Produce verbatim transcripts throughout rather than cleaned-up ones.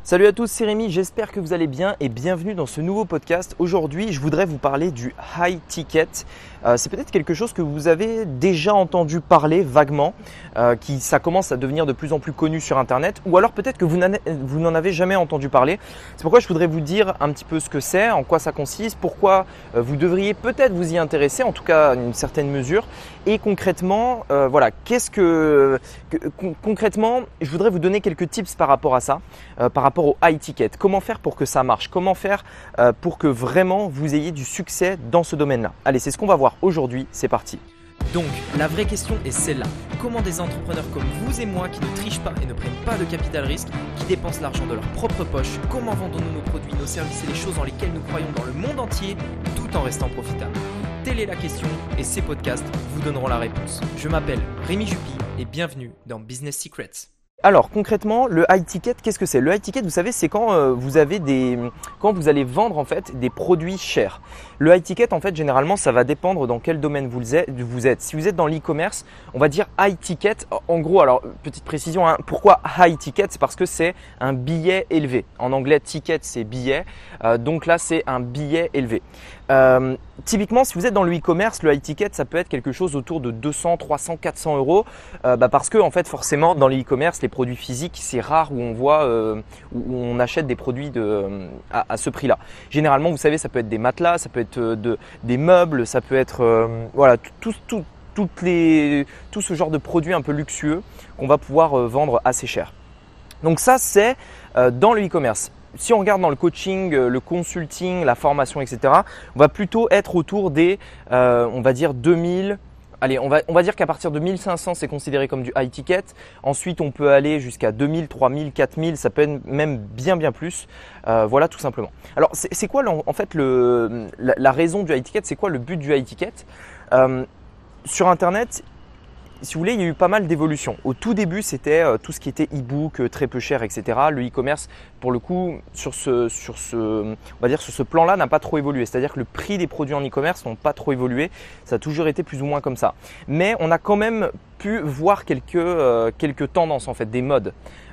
Salut à tous, c'est Rémi, j'espère que vous allez bien et bienvenue dans ce nouveau podcast. Aujourd'hui, je voudrais vous parler du high ticket. Euh, c'est peut-être quelque chose que vous avez déjà entendu parler vaguement, euh, qui ça commence à devenir de plus en plus connu sur Internet, ou alors peut-être que vous n'en, vous n'en avez jamais entendu parler. C'est pourquoi je voudrais vous dire un petit peu ce que c'est, en quoi ça consiste, pourquoi euh, vous devriez peut-être vous y intéresser, en tout cas à une certaine mesure, et concrètement, euh, voilà, qu'est-ce que, que con- concrètement, je voudrais vous donner quelques tips par rapport à ça, euh, par rapport au high ticket. Comment faire pour que ça marche? Comment faire euh, pour que vraiment vous ayez du succès dans ce domaine-là? Allez, c'est ce qu'on va voir aujourd'hui. C'est parti. Donc, la vraie question est celle-là. Comment des entrepreneurs comme vous et moi qui ne trichent pas et ne prennent pas de capital risque, qui dépensent l'argent de leur propre poche, comment vendons-nous nos produits, nos services et les choses en lesquelles nous croyons dans le monde entier, tout en restant profitables? Telle est la question et ces podcasts vous donneront la réponse. Je m'appelle Rémi Jupy et bienvenue dans Business Secrets. Alors concrètement, le high ticket, qu'est-ce que c'est? Le high ticket, vous savez, c'est quand euh, vous avez des, quand vous allez vendre en fait des produits chers. Le high ticket, en fait, généralement, ça va dépendre dans quel domaine vous êtes. Vous êtes. Si vous êtes dans l'e-commerce, on va dire high ticket. En gros, alors petite précision, hein, pourquoi high ticket? C'est parce que c'est un billet élevé. En anglais, ticket c'est billet, euh, donc là c'est un billet élevé. Euh, typiquement, si vous êtes dans le e-commerce, le high ticket, ça peut être quelque chose autour de deux cents, trois cents, quatre cents euros, euh, bah parce que en fait, forcément, dans le e-commerce, les produits physiques, c'est rare où on voit, euh, où on achète des produits de, à, à ce prix-là. Généralement, vous savez, ça peut être des matelas, ça peut être de, des meubles, ça peut être, euh, voilà, tout, tout, toutes les, tout ce genre de produits un peu luxueux qu'on va pouvoir euh, vendre assez cher. Donc ça, c'est euh, dans le e-commerce. Si on regarde dans le coaching, le consulting, la formation, et cetera, on va plutôt être autour des, euh, on va dire deux mille. Allez, on va, on va dire qu'à partir de mille cinq cents, c'est considéré comme du high ticket. Ensuite, on peut aller jusqu'à deux mille, trois mille, quatre mille, ça peut être même bien bien plus. Euh, voilà, tout simplement. Alors, c'est, c'est quoi en fait le, la, la raison du high ticket? C'est quoi le but du high ticket? euh, Sur Internet, si vous voulez, il y a eu pas mal d'évolutions. Au tout début, c'était euh, tout ce qui était e-book, euh, très peu cher, et cetera. Le e-commerce, pour le coup, sur ce, sur ce, on va dire sur ce plan-là, n'a pas trop évolué. C'est-à-dire que le prix des produits en e-commerce n'ont pas trop évolué. Ça a toujours été plus ou moins comme ça. Mais on a quand même pu voir quelques, euh, quelques tendances en fait, des modes.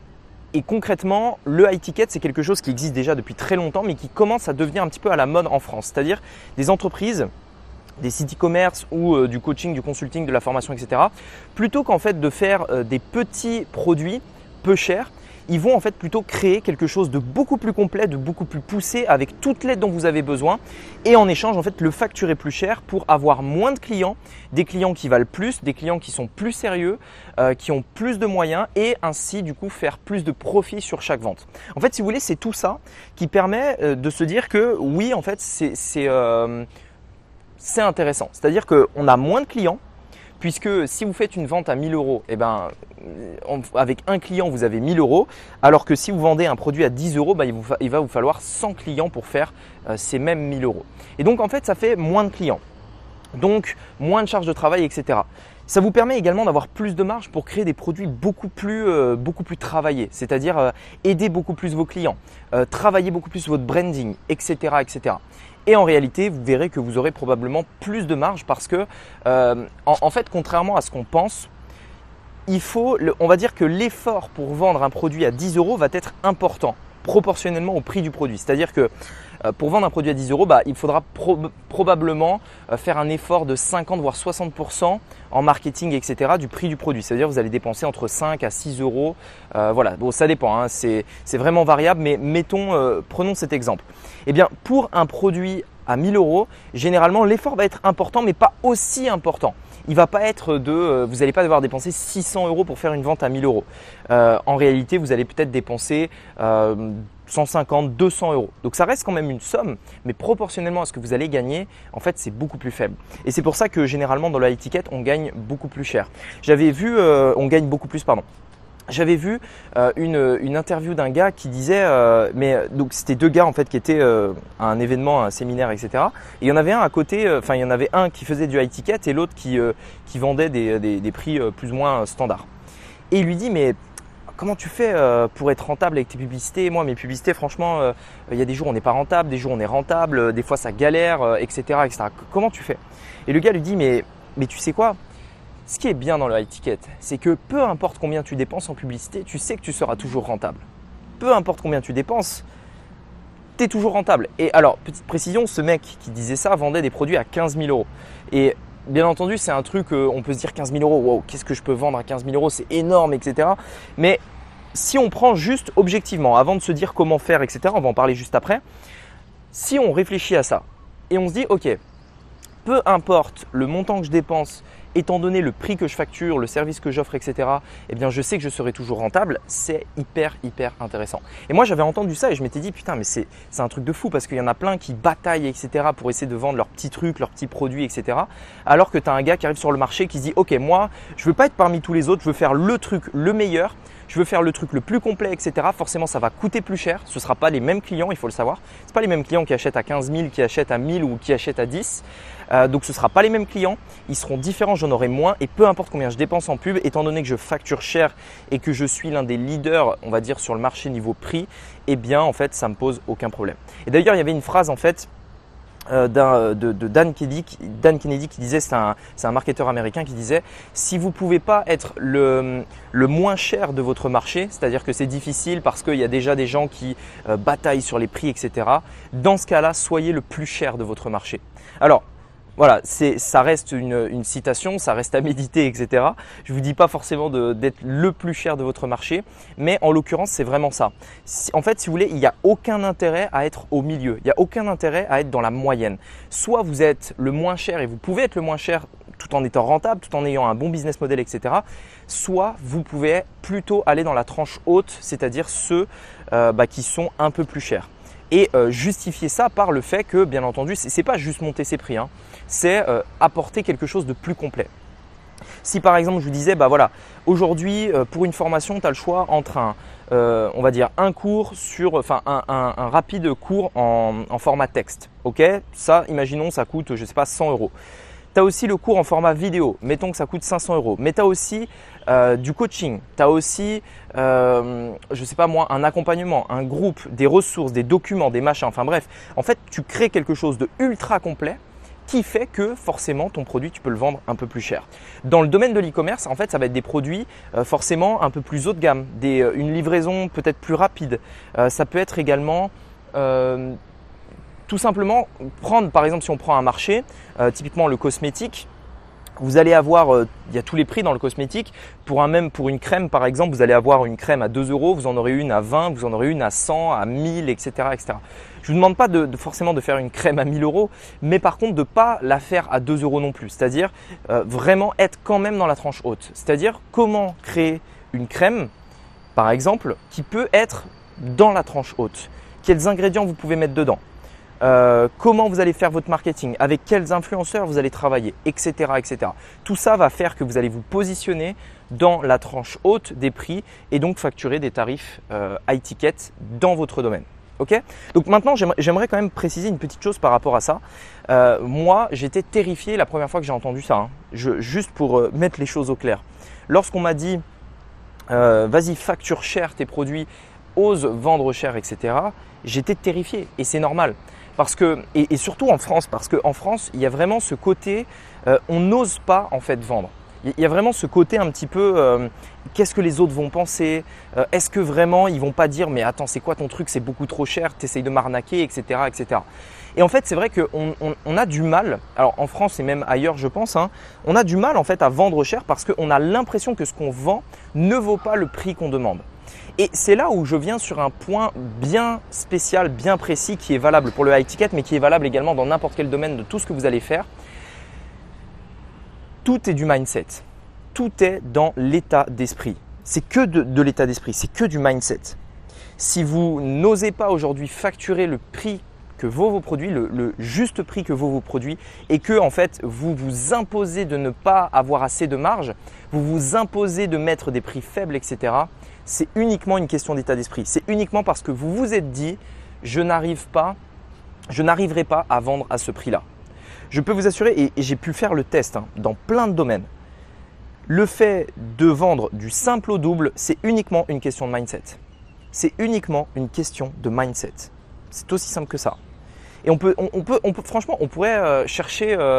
Et concrètement, le high ticket, c'est quelque chose qui existe déjà depuis très longtemps, mais qui commence à devenir un petit peu à la mode en France. C'est-à-dire des entreprises, des sites e-commerce ou euh, du coaching, du consulting, de la formation, et cetera. Plutôt qu'en fait de faire euh, des petits produits peu chers, ils vont en fait plutôt créer quelque chose de beaucoup plus complet, de beaucoup plus poussé, avec toute l'aide dont vous avez besoin, et en échange en fait le facturer plus cher pour avoir moins de clients, des clients qui valent plus, des clients qui sont plus sérieux, euh, qui ont plus de moyens, et ainsi du coup faire plus de profit sur chaque vente. En fait, si vous voulez, c'est tout ça qui permet euh, de se dire que oui, en fait, c'est c'est euh, c'est intéressant. C'est-à-dire qu'on a moins de clients, puisque si vous faites une vente à mille euros, eh ben, on, avec un client, vous avez mille euros, alors que si vous vendez un produit à dix euros, bah, il, vous, il va vous falloir cent clients pour faire euh, ces mêmes mille euros. Et donc, en fait, ça fait moins de clients, donc moins de charges de travail, et cetera. Ça vous permet également d'avoir plus de marge pour créer des produits beaucoup plus, euh, beaucoup plus travaillés, c'est-à-dire euh, aider beaucoup plus vos clients, euh, travailler beaucoup plus votre branding, et cetera, et cetera. Et en réalité, vous verrez que vous aurez probablement plus de marge parce que, euh, en, en fait, contrairement à ce qu'on pense, il faut, le, on va dire que l'effort pour vendre un produit à dix euros va être important proportionnellement au prix du produit. C'est-à-dire que euh, pour vendre un produit à dix euros, bah, il faudra pro- probablement euh, faire un effort de cinquante voire soixante pour cent en marketing, et cetera du prix du produit. C'est-à-dire que vous allez dépenser entre cinq à six euros. Euh, voilà, bon, ça dépend, hein, c'est, c'est vraiment variable, mais mettons, euh, prenons cet exemple. Eh bien, pour un produit à mille euros, généralement, l'effort va être important, mais pas aussi important. Il ne va pas être de, euh, vous n'allez pas devoir dépenser six cents euros pour faire une vente à mille euros. Euh, en réalité, vous allez peut-être dépenser euh, cent cinquante, deux cents euros. Donc ça reste quand même une somme, mais proportionnellement à ce que vous allez gagner, en fait, c'est beaucoup plus faible. Et c'est pour ça que généralement dans le high ticket, on gagne beaucoup plus cher. J'avais vu, euh, on gagne beaucoup plus, pardon. J'avais vu euh, une, une interview d'un gars qui disait, euh, mais donc c'était deux gars en fait qui étaient euh, à un événement, à un séminaire, et cetera. Et il y en avait un à côté, enfin euh, il y en avait un qui faisait du high ticket et l'autre qui, euh, qui vendait des, des, des prix euh, plus ou moins standards. Et il lui dit, mais comment tu fais euh, pour être rentable avec tes publicités? Moi, mes publicités, franchement, euh, il y a des jours où on n'est pas rentable, des jours où on est rentable, euh, des fois ça galère, euh, et cetera, et cetera. Comment tu fais? Et le gars lui dit, mais, mais tu sais quoi? Ce qui est bien dans le high ticket, c'est que peu importe combien tu dépenses en publicité, tu sais que tu seras toujours rentable. peu importe combien tu dépenses, tu es toujours rentable. Et alors, petite précision, ce mec qui disait ça vendait des produits à quinze mille euros. Et bien entendu, c'est un truc, euh, on peut se dire quinze mille euros, wow, qu'est-ce que je peux vendre à quinze mille euros, c'est énorme, et cetera. Mais si on prend juste objectivement, avant de se dire comment faire, et cetera, on va en parler juste après. Si on réfléchit à ça et on se dit, ok, peu importe le montant que je dépense, étant donné le prix que je facture, le service que j'offre, et cetera, eh bien, je sais que je serai toujours rentable. C'est hyper, hyper intéressant. Et moi, j'avais entendu ça et je m'étais dit, putain, mais c'est un truc de fou parce qu'il y en a plein qui bataillent, et cetera, pour essayer de vendre leurs petits trucs, leurs petits produits, et cetera. Alors que tu as un gars qui arrive sur le marché qui se dit, ok, moi, je veux pas être parmi tous les autres, je veux faire le truc le meilleur. Je veux faire le truc le plus complet, et cetera. Forcément, ça va coûter plus cher. Ce ne sera pas les mêmes clients, il faut le savoir. Ce ne pas les mêmes clients qui achètent à quinze mille, qui achètent à mille ou qui achètent à dix. Euh, donc, ce ne sera pas les mêmes clients. Ils seront différents, j'en aurai moins. Et peu importe combien je dépense en pub, étant donné que je facture cher et que je suis l'un des leaders, on va dire, sur le marché niveau prix, eh bien, en fait, ça ne me pose aucun problème. Et d'ailleurs, il y avait une phrase, en fait, Euh, de, de Dan Kennedy, Dan Kennedy qui disait, c'est un, c'est un marketeur américain qui disait si vous ne pouvez pas être le, le moins cher de votre marché, c'est-à-dire que c'est difficile parce qu'il y a déjà des gens qui euh, bataillent sur les prix, et cetera. Dans ce cas-là, soyez le plus cher de votre marché. Alors, voilà, c'est, ça reste une, une citation, ça reste à méditer, et cetera. Je ne vous dis pas forcément de, d'être le plus cher de votre marché, mais en l'occurrence, c'est vraiment ça. Si, en fait, si vous voulez, il n'y a aucun intérêt à être au milieu. Il n'y a aucun intérêt à être dans la moyenne. Soit vous êtes le moins cher et vous pouvez être le moins cher tout en étant rentable, tout en ayant un bon business model, et cetera. Soit vous pouvez plutôt aller dans la tranche haute, c'est-à-dire ceux euh, bah, qui sont un peu plus chers. Et euh, justifier ça par le fait que, bien entendu, ce n'est pas juste monter ses prix, hein, c'est euh, apporter quelque chose de plus complet. Si par exemple je vous disais, bah voilà, aujourd'hui euh, pour une formation, tu as le choix entre un, euh, on va dire un cours sur, enfin un, un, un rapide cours en, en format texte, ok? Ça, imaginons, ça coûte, je sais pas, cent euros. Tu as aussi le cours en format vidéo, mettons que ça coûte cinq cents euros. Mais tu as aussi euh, du coaching, tu as aussi, euh, je ne sais pas moi, un accompagnement, un groupe, des ressources, des documents, des machins, enfin bref. En fait, tu crées quelque chose de ultra complet qui fait que forcément ton produit, tu peux le vendre un peu plus cher. Dans le domaine de l'e-commerce, en fait, ça va être des produits euh, forcément un peu plus haut de gamme, des, euh, une livraison peut-être plus rapide. Euh, ça peut être également… Euh, Tout simplement, prendre par exemple si on prend un marché, euh, typiquement le cosmétique, vous allez avoir, euh, il y a tous les prix dans le cosmétique. Pour un même, pour une crème par exemple, vous allez avoir une crème à deux euros, vous en aurez une à vingt, vous en aurez une à cent, à mille, et cetera, et cetera. Je vous demande pas de, de forcément de faire une crème à mille euros, mais par contre de pas la faire à deux euros non plus. C'est-à-dire euh, vraiment être quand même dans la tranche haute. C'est-à-dire comment créer une crème, par exemple, qui peut être dans la tranche haute. Quels ingrédients vous pouvez mettre dedans? Euh, comment vous allez faire votre marketing, avec quels influenceurs vous allez travailler, et cetera, et cetera. Tout ça va faire que vous allez vous positionner dans la tranche haute des prix et donc facturer des tarifs euh, high ticket dans votre domaine. Ok? Donc maintenant, j'aimerais quand même préciser une petite chose par rapport à ça. Euh, moi, j'étais terrifié la première fois que j'ai entendu ça. Hein. Je, juste pour euh, mettre les choses au clair. Lorsqu'on m'a dit euh, vas-y, facture cher tes produits, ose vendre cher, et cetera, j'étais terrifié et c'est normal. Parce que, et, et surtout en France, parce qu'en France, il y a vraiment ce côté, euh, on n'ose pas en fait vendre. Il y a vraiment ce côté un petit peu, euh, qu'est-ce que les autres vont penser? euh, Est-ce que vraiment ils vont pas dire, mais attends, c'est quoi ton truc? C'est beaucoup trop cher, tu essayes de m'arnaquer, et cetera, et cetera. Et en fait, c'est vrai qu'on on, on a du mal, alors en France et même ailleurs, je pense, hein, on a du mal en fait à vendre cher parce qu'on a l'impression que ce qu'on vend ne vaut pas le prix qu'on demande. Et c'est là où je viens sur un point bien spécial, bien précis, qui est valable pour le high ticket, mais qui est valable également dans n'importe quel domaine de tout ce que vous allez faire. Tout est du mindset. Tout est dans l'état d'esprit. C'est que de, de l'état d'esprit, c'est que du mindset. Si vous n'osez pas aujourd'hui facturer le prix que vaut vos produits, le, le juste prix que vaut vos produits, et que en fait vous vous imposez de ne pas avoir assez de marge, vous vous imposez de mettre des prix faibles, et cetera, c'est uniquement une question d'état d'esprit. C'est uniquement parce que vous vous êtes dit « je n'arrive pas, je n'arriverai pas à vendre à ce prix-là ». Je peux vous assurer, et, et j'ai pu faire le test hein, dans plein de domaines, le fait de vendre du simple au double, c'est uniquement une question de mindset. C'est uniquement une question de mindset. C'est aussi simple que ça. Et on peut, on, on peut, on peut franchement, on pourrait euh, chercher… Euh,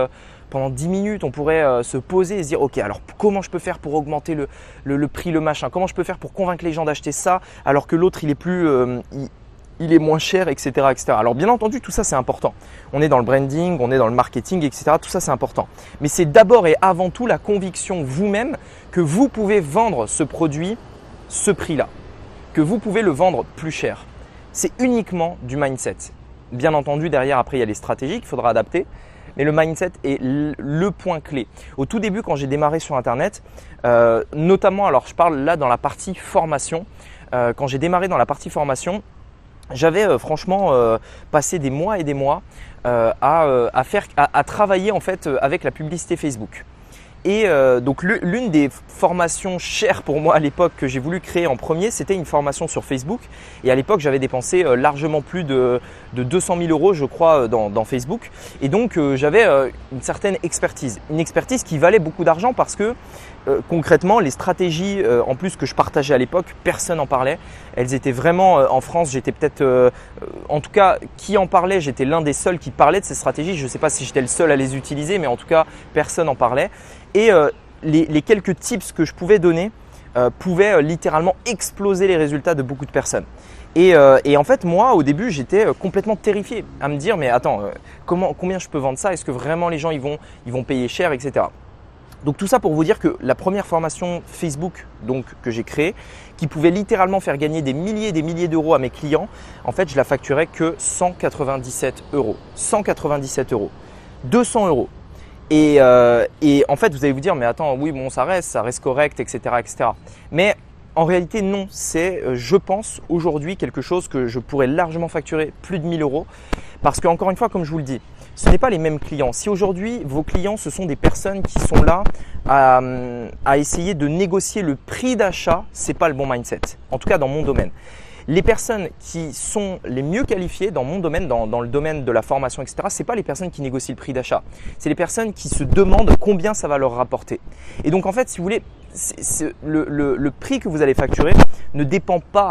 pendant dix minutes, on pourrait euh, se poser et se dire ok, alors comment je peux faire pour augmenter le, le, le prix, le machin, comment je peux faire pour convaincre les gens d'acheter ça alors que l'autre il est plus… Euh, il, il est moins cher, et cetera, et cetera. Alors bien entendu, tout ça c'est important. On est dans le branding, on est dans le marketing, et cetera. Tout ça c'est important. Mais c'est d'abord et avant tout la conviction vous-même que vous pouvez vendre ce produit, ce prix-là, que vous pouvez le vendre plus cher. C'est uniquement du mindset. Bien entendu, derrière, après, il y a les stratégies qu'il faudra adapter. Mais le mindset est le point clé. Au tout début, quand j'ai démarré sur Internet, euh, notamment, alors je parle là dans la partie formation, euh, quand j'ai démarré dans la partie formation, j'avais euh, franchement euh, passé des mois et des mois euh, à, euh, à, faire, à, à travailler en fait euh, avec la publicité Facebook. Et euh, donc l'une des formations chères pour moi à l'époque que j'ai voulu créer en premier, c'était une formation sur Facebook. Et à l'époque, j'avais dépensé euh, largement plus de, de deux cent mille euros, je crois, dans, dans Facebook. Et donc euh, j'avais euh, une certaine expertise, une expertise qui valait beaucoup d'argent parce que euh, concrètement, les stratégies euh, en plus que je partageais à l'époque, personne n'en parlait. Elles étaient vraiment euh, en France, j'étais peut-être, euh, en tout cas, qui en parlait, j'étais l'un des seuls qui parlait de ces stratégies. Je ne sais pas si j'étais le seul à les utiliser, mais en tout cas, personne n'en parlait. Et euh, les, les quelques tips que je pouvais donner euh, pouvaient euh, littéralement exploser les résultats de beaucoup de personnes. Et, euh, et en fait, moi, au début, j'étais euh, complètement terrifié à me dire, mais attends, euh, comment, combien je peux vendre ça? Est-ce que vraiment les gens ils vont, ils vont payer cher, et cetera. Donc tout ça pour vous dire que la première formation Facebook donc, que j'ai créée, qui pouvait littéralement faire gagner des milliers et des milliers d'euros à mes clients, en fait, je la facturais que cent quatre-vingt-dix-sept euros. cent quatre-vingt-dix-sept euros. deux cents euros. Et, euh, et en fait, vous allez vous dire, mais attends, oui, bon, ça reste, ça reste correct, et cetera, et cetera. Mais en réalité, non. C'est, euh, je pense, aujourd'hui quelque chose que je pourrais largement facturer plus de mille euros. Parce que, encore une fois, comme je vous le dis, ce n'est pas les mêmes clients. Si aujourd'hui, vos clients, ce sont des personnes qui sont là à, à essayer de négocier le prix d'achat, ce n'est pas le bon mindset. En tout cas, dans mon domaine. Les personnes qui sont les mieux qualifiées dans mon domaine, dans, dans le domaine de la formation, et cetera, ce n'est pas les personnes qui négocient le prix d'achat. C'est les personnes qui se demandent combien ça va leur rapporter. Et donc, en fait, si vous voulez, c'est, c'est le, le, le prix que vous allez facturer ne dépend pas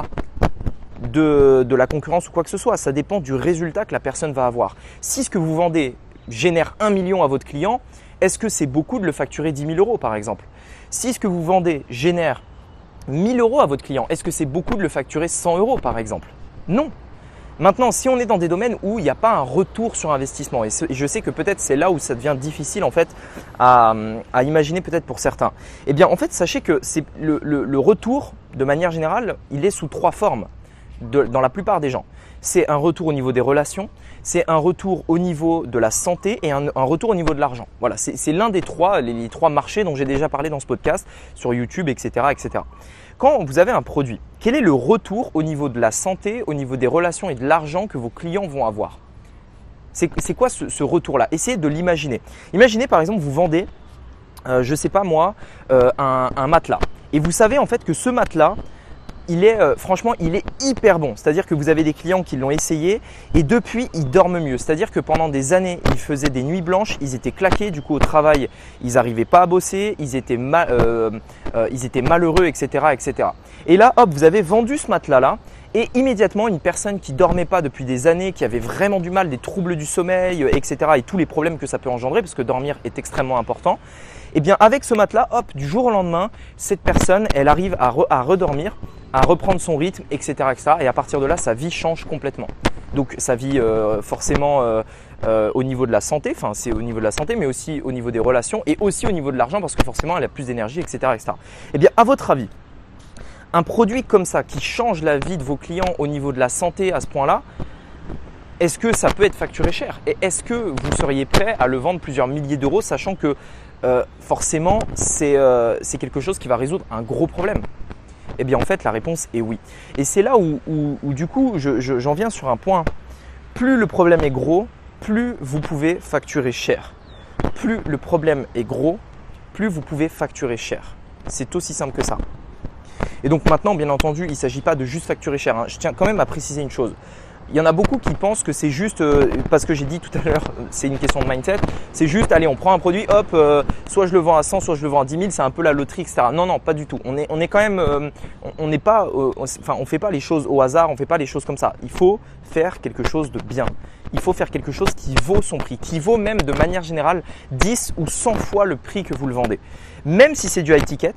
de, de la concurrence ou quoi que ce soit. Ça dépend du résultat que la personne va avoir. Si ce que vous vendez génère un million à votre client, est-ce que c'est beaucoup de le facturer dix mille euros par exemple? Si ce que vous vendez génère mille euros à votre client, est-ce que c'est beaucoup de le facturer cent euros par exemple? Non. Maintenant, si on est dans des domaines où il n'y a pas un retour sur investissement, et je sais que peut-être c'est là où ça devient difficile en fait à, à imaginer peut-être pour certains, eh bien en fait sachez que c'est le, le, le retour de manière générale, il est sous trois formes de, dans la plupart des gens. C'est un retour au niveau des relations, c'est un retour au niveau de la santé et un, un retour au niveau de l'argent. Voilà, c'est, c'est l'un des trois, les, les trois marchés dont j'ai déjà parlé dans ce podcast sur YouTube, et cetera, et cetera. Quand vous avez un produit, quel est le retour au niveau de la santé, au niveau des relations et de l'argent que vos clients vont avoir? C'est, c'est quoi ce, ce retour-là? Essayez de l'imaginer. Imaginez par exemple, vous vendez, euh, je ne sais pas moi, euh, un, un matelas. Et vous savez en fait que ce matelas, il est euh, franchement, il est hyper bon. C'est-à-dire que vous avez des clients qui l'ont essayé et depuis, ils dorment mieux. C'est-à-dire que pendant des années, ils faisaient des nuits blanches, ils étaient claqués. Du coup, au travail, ils n'arrivaient pas à bosser, ils étaient, mal, euh, euh, ils étaient malheureux, et cetera, et cetera. Et là, hop, vous avez vendu ce matelas-là et immédiatement, une personne qui dormait pas depuis des années, qui avait vraiment du mal, des troubles du sommeil, et cetera et tous les problèmes que ça peut engendrer parce que dormir est extrêmement important. Eh bien, avec ce matelas, hop, du jour au lendemain, cette personne, elle arrive à, re, à redormir, à reprendre son rythme, et cetera, et cetera. Et à partir de là, sa vie change complètement. Donc, sa vie euh, forcément euh, euh, au niveau de la santé, enfin c'est au niveau de la santé, mais aussi au niveau des relations et aussi au niveau de l'argent parce que forcément, elle a plus d'énergie, et cetera, et cetera. Eh bien, à votre avis, un produit comme ça qui change la vie de vos clients au niveau de la santé à ce point-là, est-ce que ça peut être facturé cher? Et est-ce que vous seriez prêt à le vendre plusieurs milliers d'euros, sachant que euh, forcément, c'est, euh, c'est quelque chose qui va résoudre un gros problème? Eh bien, en fait, la réponse est oui. Et c'est là où, où, où du coup, je, je, j'en viens sur un point. Plus le problème est gros, plus vous pouvez facturer cher. Plus le problème est gros, plus vous pouvez facturer cher. C'est aussi simple que ça. Et donc maintenant, bien entendu, il ne s'agit pas de juste facturer cher, hein. Je tiens quand même à préciser une chose. il y en a beaucoup qui pensent que c'est juste, euh, parce que j'ai dit tout à l'heure, c'est une question de mindset, c'est juste, allez, on prend un produit, hop, euh, soit je le vends à cent, soit je le vends à dix mille, c'est un peu la loterie, et cetera. Non, non, pas du tout. On est, on est quand même, euh, on n'est pas, euh, enfin, on fait pas les choses au hasard, on fait pas les choses comme ça. Il faut faire quelque chose de bien. Il faut faire quelque chose qui vaut son prix, qui vaut même de manière générale dix ou cent fois le prix que vous le vendez. Même si c'est du high ticket,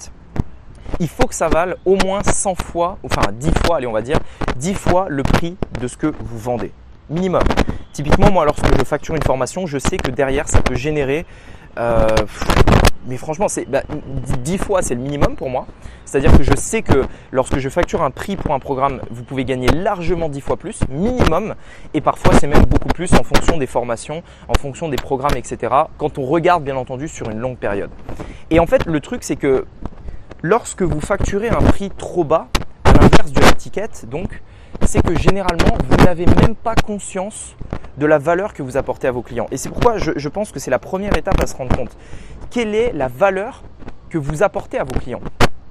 il faut que ça vale au moins cent fois, enfin dix fois, allez on va dire, dix fois le prix de ce que vous vendez. Minimum. Typiquement, moi lorsque je facture une formation, je sais que derrière ça peut générer, euh, mais franchement, c'est bah, dix fois c'est le minimum pour moi. C'est-à-dire que je sais que lorsque je facture un prix pour un programme, vous pouvez gagner largement dix fois plus, minimum. Et parfois, c'est même beaucoup plus en fonction des formations, en fonction des programmes, et cetera. Quand on regarde bien entendu sur une longue période. Et en fait, le truc, c'est que lorsque vous facturez un prix trop bas, à l'inverse du high ticket, donc, c'est que généralement, vous n'avez même pas conscience de la valeur que vous apportez à vos clients. Et c'est pourquoi je, je pense que c'est la première étape à se rendre compte. Quelle est la valeur que vous apportez à vos clients ?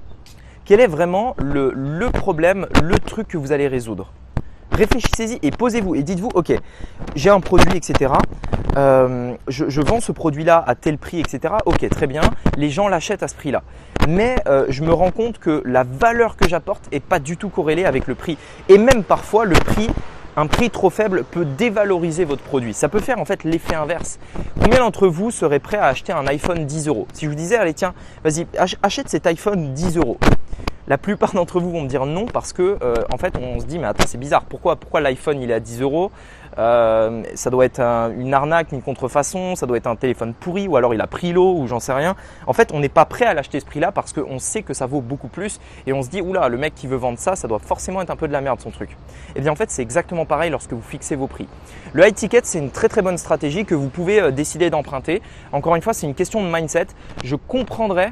Quel est vraiment le, le problème, le truc que vous allez résoudre ? Réfléchissez-y et posez-vous et dites-vous, ok, j'ai un produit, et cetera. Euh, je, je vends ce produit-là à tel prix, et cetera. Ok, très bien, les gens l'achètent à ce prix-là. Mais euh, je me rends compte que la valeur que j'apporte n'est pas du tout corrélée avec le prix. Et même parfois, le prix, un prix trop faible peut dévaloriser votre produit. Ça peut faire en fait l'effet inverse. Combien d'entre vous seraient prêts à acheter un iPhone dix euros ? Si je vous disais, allez tiens, vas-y, achète cet iPhone dix euros. La plupart d'entre vous vont me dire non parce que euh, en fait on se dit mais attends c'est bizarre, pourquoi, pourquoi l'iPhone il est à dix euros ? Euh, ça doit être un, une arnaque, une contrefaçon, ça doit être un téléphone pourri ou alors il a pris l'eau ou j'en sais rien. En fait on n'est pas prêt à l'acheter ce prix-là parce qu'on sait que ça vaut beaucoup plus et on se dit oula le mec qui veut vendre ça, ça doit forcément être un peu de la merde son truc. Et bien en fait c'est exactement pareil lorsque vous fixez vos prix. Le high ticket c'est une très très bonne stratégie que vous pouvez euh, décider d'emprunter. Encore une fois c'est une question de mindset. Je comprendrais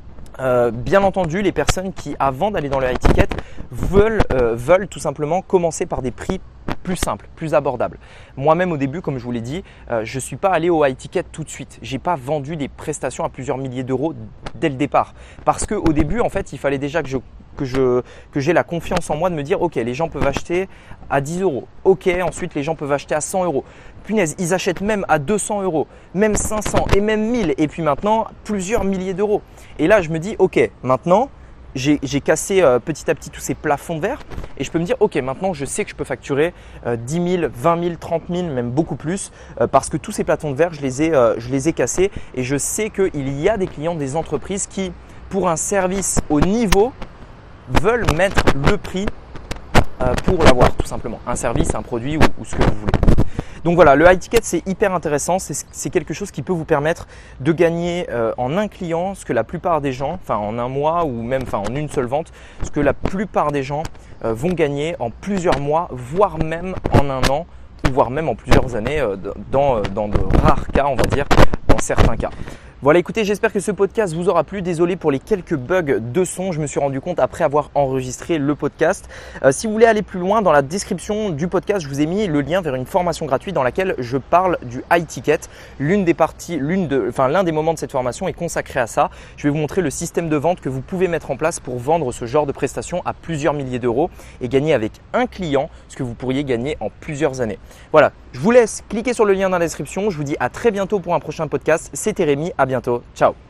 Euh, bien entendu les personnes qui avant d'aller dans le high ticket veulent, euh, veulent tout simplement commencer par des prix plus simples, plus abordables. Moi-même au début, comme je vous l'ai dit, euh, je ne suis pas allé au high ticket tout de suite. Je n'ai pas vendu des prestations à plusieurs milliers d'euros dès le départ. Parce qu'au début, en fait, il fallait déjà que je que je que j'ai la confiance en moi de me dire ok les gens peuvent acheter à dix euros, ok ensuite les gens peuvent acheter à cent euros, punaise ils achètent même à deux cents euros, même cinq cents et même mille et puis maintenant plusieurs milliers d'euros et là je me dis ok maintenant j'ai, j'ai cassé euh, petit à petit tous ces plafonds de verre et je peux me dire ok maintenant je sais que je peux facturer euh, dix mille, vingt mille, trente mille, même beaucoup plus euh, parce que tous ces plafonds de verre je les ai, euh, je les ai cassés et je sais qu'il y a des clients, des entreprises qui pour un service au niveau veulent mettre le prix euh, pour l'avoir tout simplement, un service, un produit ou, ou ce que vous voulez. Donc voilà, le high ticket c'est hyper intéressant, c'est, c'est quelque chose qui peut vous permettre de gagner euh, en un client ce que la plupart des gens, enfin en un mois ou même enfin en une seule vente, ce que la plupart des gens euh, vont gagner en plusieurs mois, voire même en un an, ou voire même en plusieurs années euh, dans, dans de rares cas on va dire, dans certains cas. Voilà, écoutez, j'espère que ce podcast vous aura plu. Désolé pour les quelques bugs de son, je me suis rendu compte après avoir enregistré le podcast. Euh, si vous voulez aller plus loin, dans la description du podcast, je vous ai mis le lien vers une formation gratuite dans laquelle je parle du high ticket. L'une des parties, l'une de, enfin l'un des moments de cette formation est consacré à ça. Je vais vous montrer le système de vente que vous pouvez mettre en place pour vendre ce genre de prestations à plusieurs milliers d'euros et gagner avec un client ce que vous pourriez gagner en plusieurs années. Voilà, je vous laisse cliquer sur le lien dans la description. Je vous dis à très bientôt pour un prochain podcast. C'était Rémi, à bientôt. Ciao.